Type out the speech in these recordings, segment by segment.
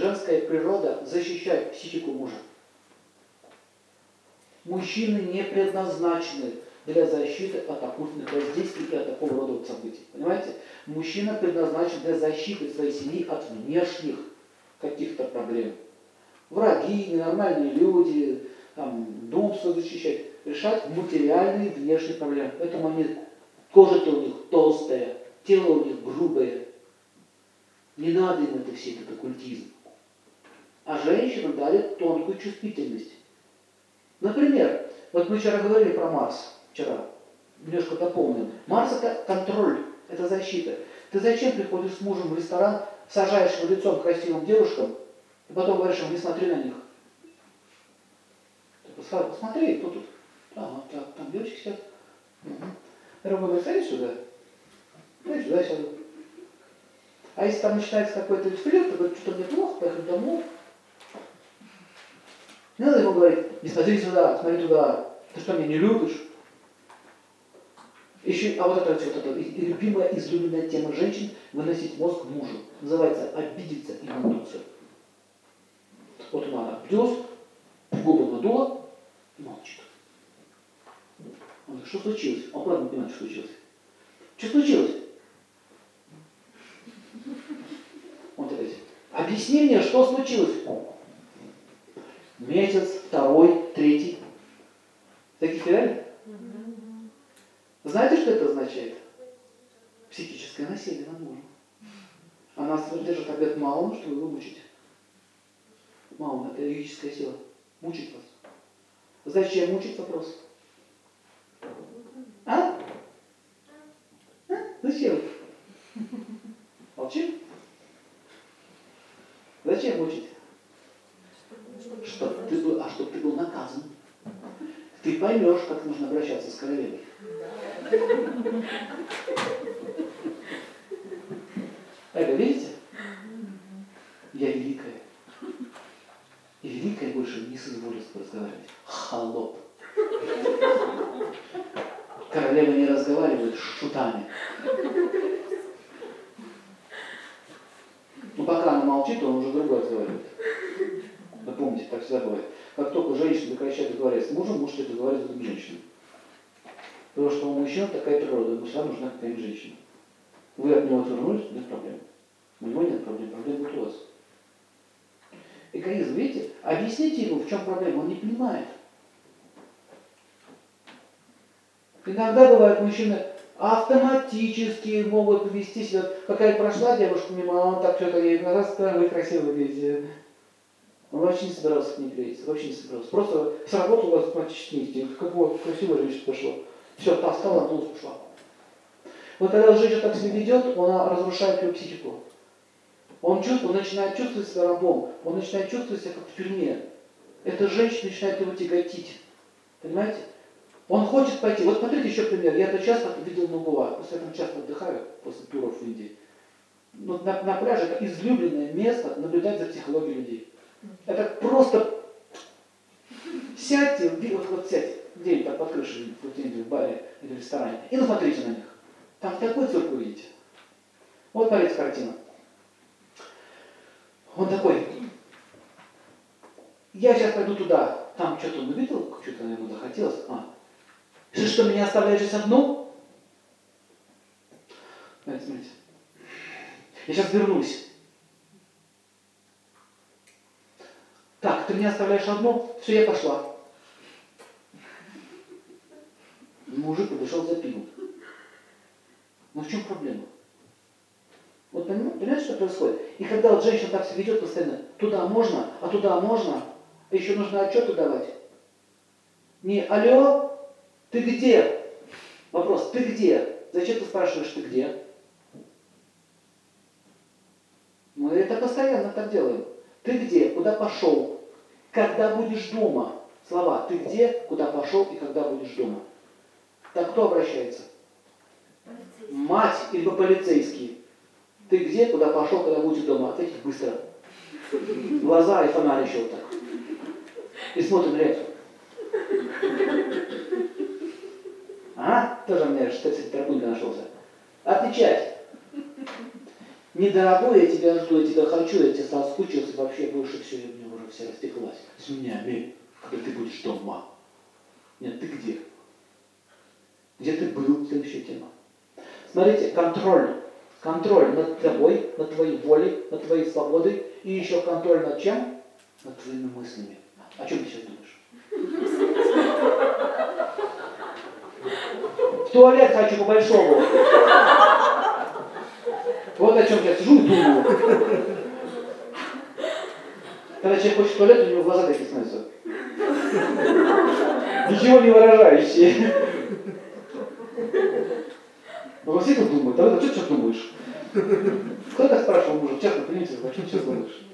женская природа защищать психику мужа. Мужчины не предназначены для защиты от оккультных воздействий и от такого рода событий. Понимаете? Мужчина предназначен для защиты своей семьи от внешних каких-то проблем. Враги, ненормальные люди, там, дом свой защищать, решать материальные внешние проблемы. Поэтому они, кожа-то у них толстая, тело у них грубое. Не надо им это все, этот оккультизм. А женщинам дали тонкую чувствительность. Например, вот мы вчера говорили про Марс. Вчера. Немножко дополним. Марс это контроль, это защита. Ты зачем приходишь с мужем в ресторан, сажаешь его лицом к красивым девушкам, и потом говоришь ему, не смотри на них. Ты посмотри, кто тут? Ага, так, там девочки сидят. Угу. Дорогой, садись сюда. Я сюда сяду. А если там начинается какой-то флирт, ты говоришь, что-то мне плохо, поехать домой. Не надо ему говорить, не смотри сюда, смотри туда. Ты что, меня не любишь? Еще, а вот это любимая, излюбленная тема женщин – выносить мозг мужу. Называется обидеться и надуться. Вот она обиделась, губы надула и молчит. Он говорит, что случилось? Он правда не понимает, что случилось. Что случилось? Он такой, объясни мне, что случилось? Месяц, второй, третий. Таких реально? Знаете, что это означает? Психическое насилие над мужем. Она держит обед малому, что вы его мучите. Малому, это юридическая сила. Мучить вас. Зачем мучить? Вопрос. А? Зачем? Молчим? Зачем мучить? Чтобы ты был наказан. Ты поймешь, как нужно обращаться с королевой. Это видите? Я великая. И великая больше не соизволит разговаривать. Холоп. Королева не разговаривает с шутами. Ну пока она молчит, он уже другой разговаривает. Вы помните, так всегда бывает. Как только женщина прекращает разговаривать с мужем, муж это говорит с другой женщиной. Потому что у мужчин такая природа, ему всегда нужна какая-нибудь женщина. Вы от него отвернулись, нет проблем. У него нет проблем, проблема будет у вас. Эгоизм, видите? Объясните ему, в чем проблема, он не понимает. Иногда бывают мужчины автоматически могут вести себя. Какая прошла девушка мимо, а он так что-то ей, раз, вы красиво видите. Он вообще не собирался к ней клеиться, вообще не собирался. Просто сработал у вас автоматически инстинкт. Как вот красивая женщина пошла. Все, та встала, надулась, пошла. Вот когда женщина так себя ведет, она разрушает ее психику. Он начинает чувствовать себя рабом, он начинает чувствовать себя как в тюрьме. Эта женщина начинает его тяготить. Понимаете? Он хочет пойти. Вот смотрите еще пример. Я это часто видел на Гоа. После этого часто отдыхаю, после туров в Индии. Но на пляже это излюбленное место наблюдать за психологией людей. Это просто сядьте, вот сядьте, где-нибудь там под крышей, в баре или в ресторане, и посмотрите на них. Там такой цирк увидите. Вот смотрите картина. Он такой, я сейчас пойду туда, там что-то он увидел, что-то ему захотелось. Ты что, меня оставляешь здесь одну? Смотрите. Я сейчас вернусь. Так, ты меня оставляешь одну, все, я пошла. Мужик подошел за пивом. Ну в чем проблема? Вот понимаете, что происходит? И когда вот женщина так себя ведет постоянно, туда можно, а еще нужно отчеты давать. Не алло, ты где? Вопрос, ты где? Зачем ты спрашиваешь, ты где? Мы это постоянно так делаем. Ты где? Куда пошел? Когда будешь дома? Слова «ты где?», «куда пошел» и «когда будешь дома». Так кто обращается? Полицейский. Мать или полицейский? Ты где? Куда пошел, когда будешь дома? Ответить быстро. Глаза и фонарь еще вот так. И смотрим реакцию. Ага, тоже у меня штецель Тарапунька нашелся. Отвечать. Недорогой, я тебя жду, я тебя хочу, я тебя соскучился, вообще больше все, у меня уже вся растеклась. С меня, когда ты будешь дома. Нет, ты где? Где ты был, следующая тема. Смотрите, контроль. Контроль над тобой, над твоей волей, над твоей свободой. И еще контроль над чем? Над твоими мыслями. О чем ты сейчас думаешь? В туалет хочу по-большому. Вот о чем я сижу и думаю. Когда человек хочет в туалет, у него глаза такие становятся. Ничего не выражающие. Но во всех думают. А ты что сейчас думаешь? Кто-то спрашивал мужа, честно, понимаете, о чем сейчас думаешь?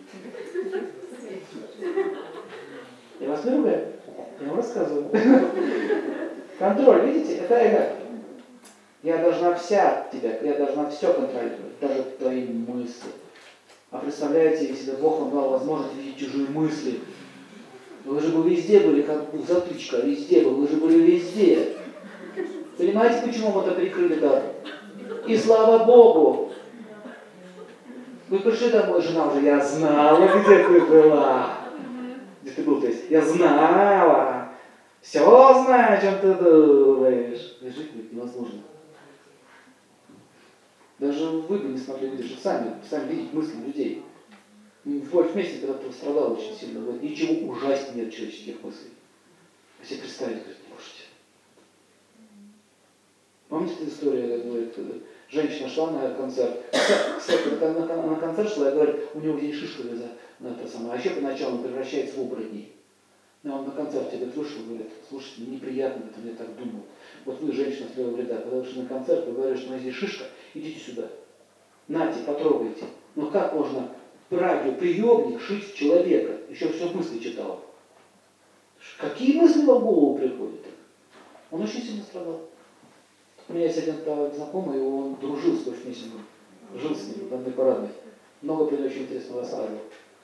Я вас не ругаю. Я вам рассказываю. Контроль, видите, это эго. Я должна я должна все контролировать, даже твои мысли. А представляете, если Бог вам дал возможность видеть чужие мысли, вы же бы везде были, как затычка, везде бы, вы же были везде. Понимаете, почему мы это прикрыли так? И слава Богу! Вы пришли домой, жена уже, я знала, где ты была. Где ты был, то есть, я знала. Все знаю, о чем ты думаешь. И жить будет невозможно. Даже вы бы не смогли выдержать сами видеть мысли людей. В месте, когда ты страдал очень сильно, говорит, ничего ужаснее нет человеческих мыслей. Вы себе представить, говорит, не можете. Помните эту историю, говорит, женщина шла на концерт, на концерт шла и говорит, у него здесь шишка на это самое, а еще поначалу он превращается в оборотней. И он на концерте говорит, вышел, говорит, слушайте, мне неприятно, это мне так думал. Вот вы, женщина с левого ряда, когда вышли на концерт, вы говорите, что у меня здесь шишка, идите сюда. Нате, потрогайте. Но как можно радиоприемник шить человека? Еще все мысли читала. Какие мысли вам в голову приходят? Он очень сильно страдал. У меня есть один знакомый, он дружил с Мессингом, жил с ним в одной парадной. Много про него очень интересного рассказывал.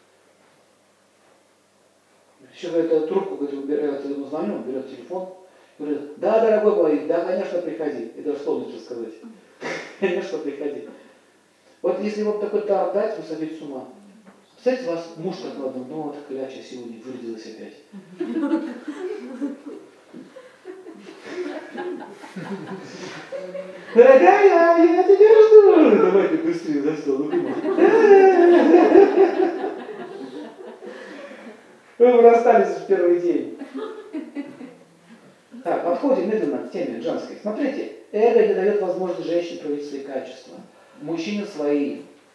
Еще говорит, трубку, говорит, ему звоню, он берет телефон, говорит, да, дорогой мой, да, конечно, приходи. И даже словно что сказать. Конечно, приходи. Вот если вам такой дар дать, вы сойдете с ума. Представляете, у вас муж так ладно, ну вот кляча сегодня вырядилась опять. Дорогая, я тебя жду. Давайте быстрее за стол. Вы расстались в первый день. Так, подходим медленно к теме женской. Смотрите, эго не дает возможности женщине проявить свои качества. Мужчине свои.